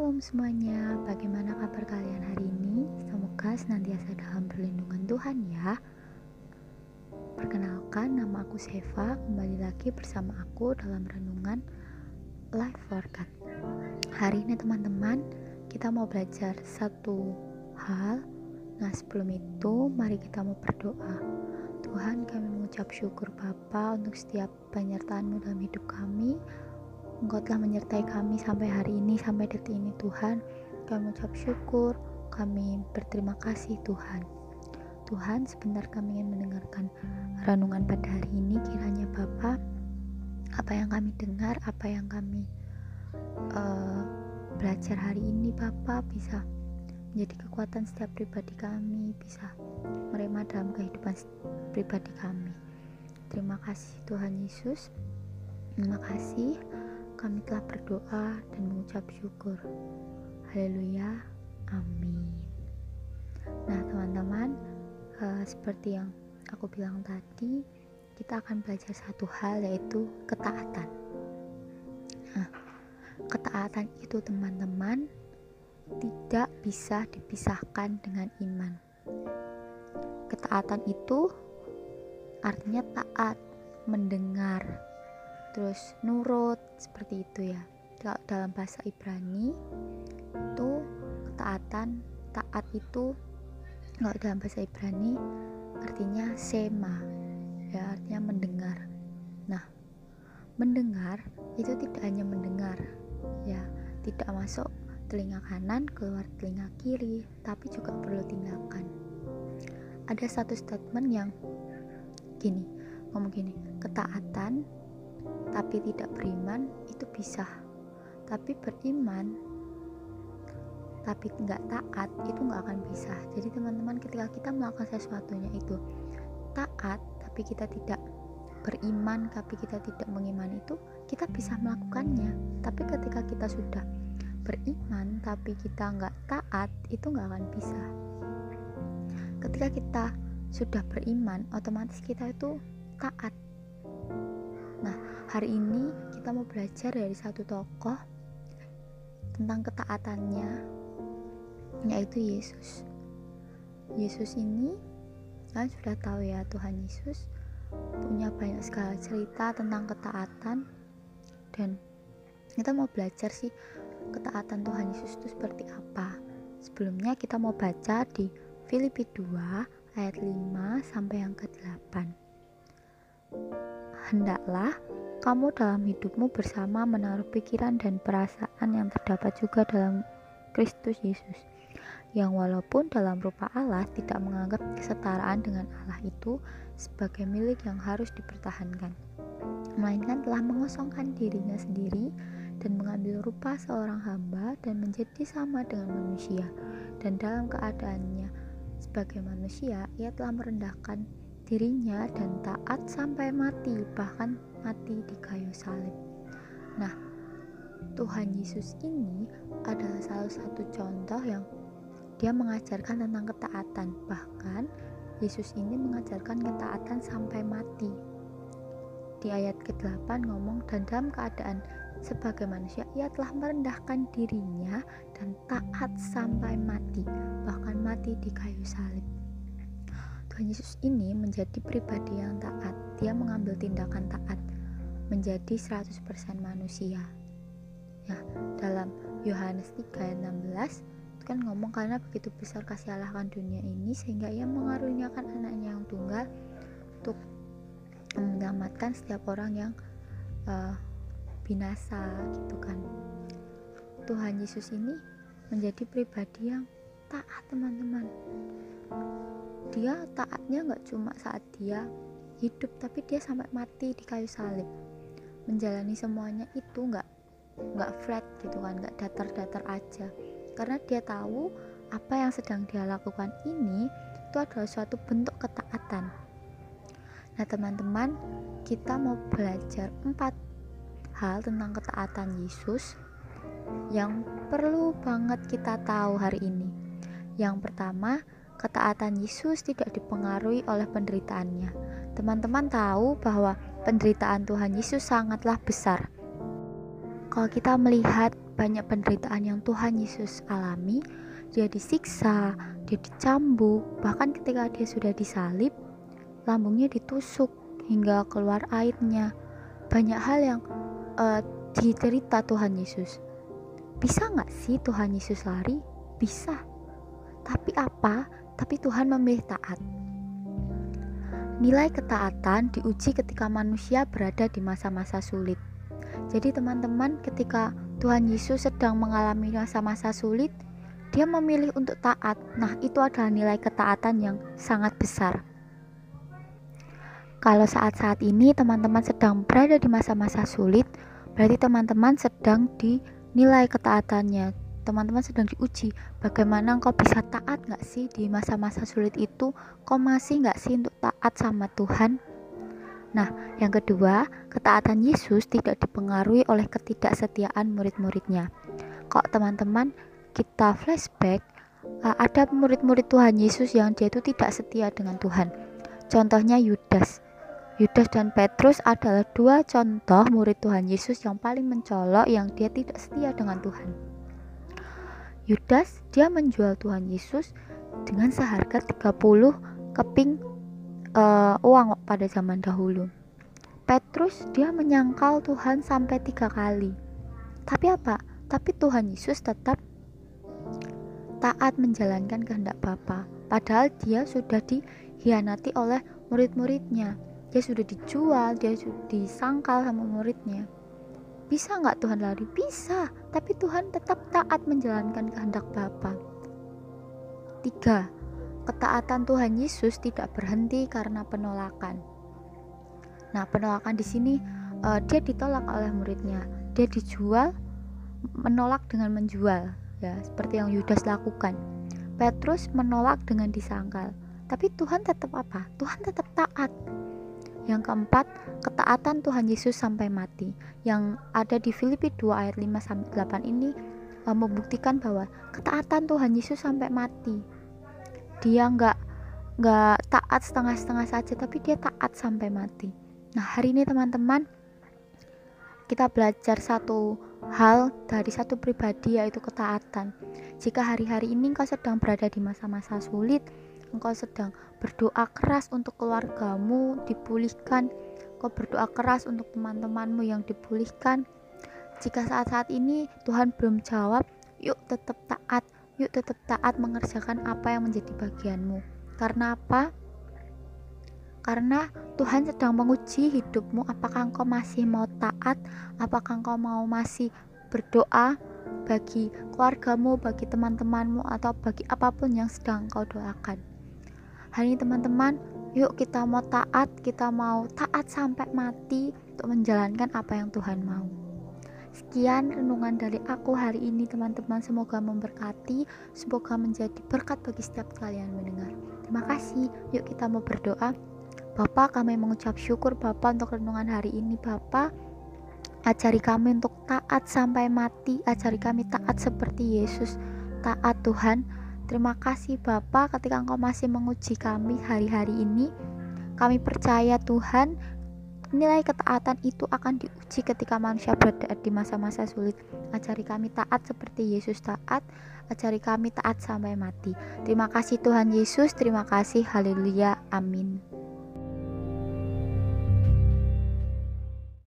Shalom semuanya, bagaimana kabar kalian hari ini? Semoga senantiasa dalam perlindungan Tuhan ya. Perkenalkan, nama aku Seva, kembali lagi bersama aku dalam renungan Life for God. Hari ini teman-teman, kita mau belajar satu hal. Nah sebelum itu, mari kita mau berdoa. Tuhan, kami mengucap syukur Bapa untuk setiap penyertaan-Mu dalam hidup kami. Engkau telah menyertai kami sampai hari ini, sampai detik ini Tuhan. Kami mengucap syukur, kami berterima kasih Tuhan. Tuhan, sebentar kami ingin mendengarkan renungan pada hari ini. Kiranya Bapa, apa yang kami dengar, apa yang kami belajar hari ini Bapa, bisa menjadi kekuatan setiap pribadi kami, bisa merema dalam kehidupan pribadi kami. Terima kasih Tuhan Yesus. Terima kasih. Kami telah berdoa dan mengucap syukur. Haleluya, amin. Nah teman-teman, seperti yang aku bilang tadi, kita akan belajar satu hal, yaitu ketaatan. Nah, ketaatan itu teman-teman tidak bisa dipisahkan dengan iman. Ketaatan itu artinya taat, mendengar, terus nurut, seperti itu ya. Kalau dalam bahasa Ibrani itu ketaatan, taat itu kalau dalam bahasa Ibrani artinya sema ya, artinya mendengar. Nah, mendengar itu tidak hanya mendengar ya, tidak masuk telinga kanan keluar telinga kiri, tapi juga perlu tindakan. Ada satu statement yang ngomong gini, ketaatan tapi tidak beriman itu bisa, tapi beriman tapi nggak taat itu nggak akan bisa. Jadi teman-teman, ketika kita melakukan sesuatunya itu taat tapi kita tidak beriman, tapi kita tidak mengimani, itu kita bisa melakukannya. Tapi ketika kita sudah beriman tapi kita nggak taat, itu nggak akan bisa. Ketika kita sudah beriman, otomatis kita itu taat. Nah, hari ini kita mau belajar dari satu tokoh tentang ketaatannya, yaitu Yesus. Yesus ini, kalian sudah tahu ya, Tuhan Yesus punya banyak sekali cerita tentang ketaatan, dan kita mau belajar sih ketaatan Tuhan Yesus itu seperti apa. Sebelumnya kita mau baca di Filipi 2 ayat 5 sampai yang ke-8. Hendaklah kamu dalam hidupmu bersama menaruh pikiran dan perasaan yang terdapat juga dalam Kristus Yesus, yang walaupun dalam rupa Allah tidak menganggap kesetaraan dengan Allah itu sebagai milik yang harus dipertahankan, melainkan telah mengosongkan dirinya sendiri dan mengambil rupa seorang hamba dan menjadi sama dengan manusia, dan dalam keadaannya sebagai manusia ia telah merendahkan dirinya dan taat sampai mati, bahkan mati di kayu salib. Nah, Tuhan Yesus ini adalah salah satu contoh yang dia mengajarkan tentang ketaatan. Bahkan Yesus ini mengajarkan ketaatan sampai mati. Di ayat ke-8 ngomong, dan dalam keadaan sebagai manusia ia telah merendahkan dirinya dan taat sampai mati, bahkan mati di kayu salib. Tuhan Yesus ini menjadi pribadi yang taat. Dia mengambil tindakan taat, menjadi 100% manusia. Ya, dalam Yohanes 3 ayat 16 itu kan ngomong, karena begitu besar kasih Allah akan dunia ini sehingga ia mengaruniakan anaknya yang tunggal untuk menyelamatkan setiap orang yang binasa, gitu kan. Tuhan Yesus ini menjadi pribadi yang taat teman-teman. Dia taatnya gak cuma saat dia hidup, tapi dia sampai mati di kayu salib. Menjalani semuanya itu gak flat gitu kan, gak datar-datar aja, karena dia tahu apa yang sedang dia lakukan ini itu adalah suatu bentuk ketaatan. Nah teman-teman, kita mau belajar 4 hal tentang ketaatan Yesus yang perlu banget kita tahu hari ini. Yang pertama, ketaatan Yesus tidak dipengaruhi oleh penderitaannya. Teman-teman tahu bahwa penderitaan Tuhan Yesus sangatlah besar. Kalau kita melihat banyak penderitaan yang Tuhan Yesus alami, dia disiksa, dia dicambuk, bahkan ketika dia sudah disalib, lambungnya ditusuk hingga keluar airnya. Banyak hal yang diderita Tuhan Yesus. Bisa gak sih Tuhan Yesus lari? Bisa. Tapi apa? Tapi Tuhan memilih taat. Nilai ketaatan diuji ketika manusia berada di masa-masa sulit. Jadi teman-teman, ketika Tuhan Yesus sedang mengalami masa-masa sulit, dia memilih untuk taat. Nah, itu adalah nilai ketaatan yang sangat besar. Kalau saat-saat ini teman-teman sedang berada di masa-masa sulit, berarti teman-teman sedang dinilai ketaatannya. Teman-teman sedang diuji, bagaimana engkau bisa taat gak sih di masa-masa sulit itu? Kau masih gak sih untuk taat sama Tuhan? Nah, yang kedua, ketaatan Yesus tidak dipengaruhi oleh ketidaksetiaan murid-muridnya. Kok teman-teman, kita flashback, ada murid-murid Tuhan Yesus yang dia itu tidak setia dengan Tuhan. Contohnya Yudas dan Petrus adalah dua contoh murid Tuhan Yesus yang paling mencolok yang dia tidak setia dengan Tuhan. Yudas, dia menjual Tuhan Yesus dengan seharga 30 keping uang pada zaman dahulu. Petrus, dia menyangkal Tuhan sampai 3 kali. Tapi apa? Tapi Tuhan Yesus tetap taat menjalankan kehendak Bapa. Padahal dia sudah dikhianati oleh murid-muridnya. Dia sudah dijual, dia sudah disangkal sama muridnya. Bisa gak Tuhan lari? Bisa. Tapi Tuhan tetap taat menjalankan kehendak Bapa. 3. Ketaatan Tuhan Yesus tidak berhenti karena penolakan. Nah, penolakan di sini dia ditolak oleh muridnya. Dia dijual, menolak dengan menjual, ya, seperti yang Yudas lakukan. Petrus menolak dengan disangkal. Tapi Tuhan tetap apa? Tuhan tetap taat. Yang keempat, ketaatan Tuhan Yesus sampai mati. Yang ada di Filipi 2 ayat 5-8 ini membuktikan bahwa ketaatan Tuhan Yesus sampai mati. Dia nggak taat setengah-setengah saja, tapi dia taat sampai mati. Nah, hari ini teman-teman, kita belajar satu hal dari satu pribadi, yaitu ketaatan. Jika hari-hari ini engkau sedang berada di masa-masa sulit, engkau sedang berdoa keras untuk keluargamu dipulihkan, engkau berdoa keras untuk teman-temanmu yang dipulihkan. Jika saat-saat ini Tuhan belum jawab, yuk tetap taat mengerjakan apa yang menjadi bagianmu. Karena apa? Karena Tuhan sedang menguji hidupmu. Apakah engkau masih mau taat? Apakah engkau mau masih berdoa bagi keluargamu, bagi teman-temanmu, atau bagi apapun yang sedang engkau doakan? Hari ini teman-teman, yuk kita mau taat sampai mati untuk menjalankan apa yang Tuhan mau. Sekian renungan dari aku hari ini teman-teman, semoga memberkati, semoga menjadi berkat bagi setiap kalian mendengar. Terima kasih. Yuk kita mau berdoa. Bapa, kami mengucap syukur Bapa untuk renungan hari ini. Bapa, ajari kami untuk taat sampai mati, ajari kami taat seperti Yesus taat Tuhan. Terima kasih Bapa, ketika Engkau masih menguji kami hari-hari ini, kami percaya Tuhan, nilai ketaatan itu akan diuji ketika manusia berada di masa-masa sulit. Ajari kami taat seperti Yesus taat, ajari kami taat sampai mati. Terima kasih Tuhan Yesus, terima kasih, haleluya, amin.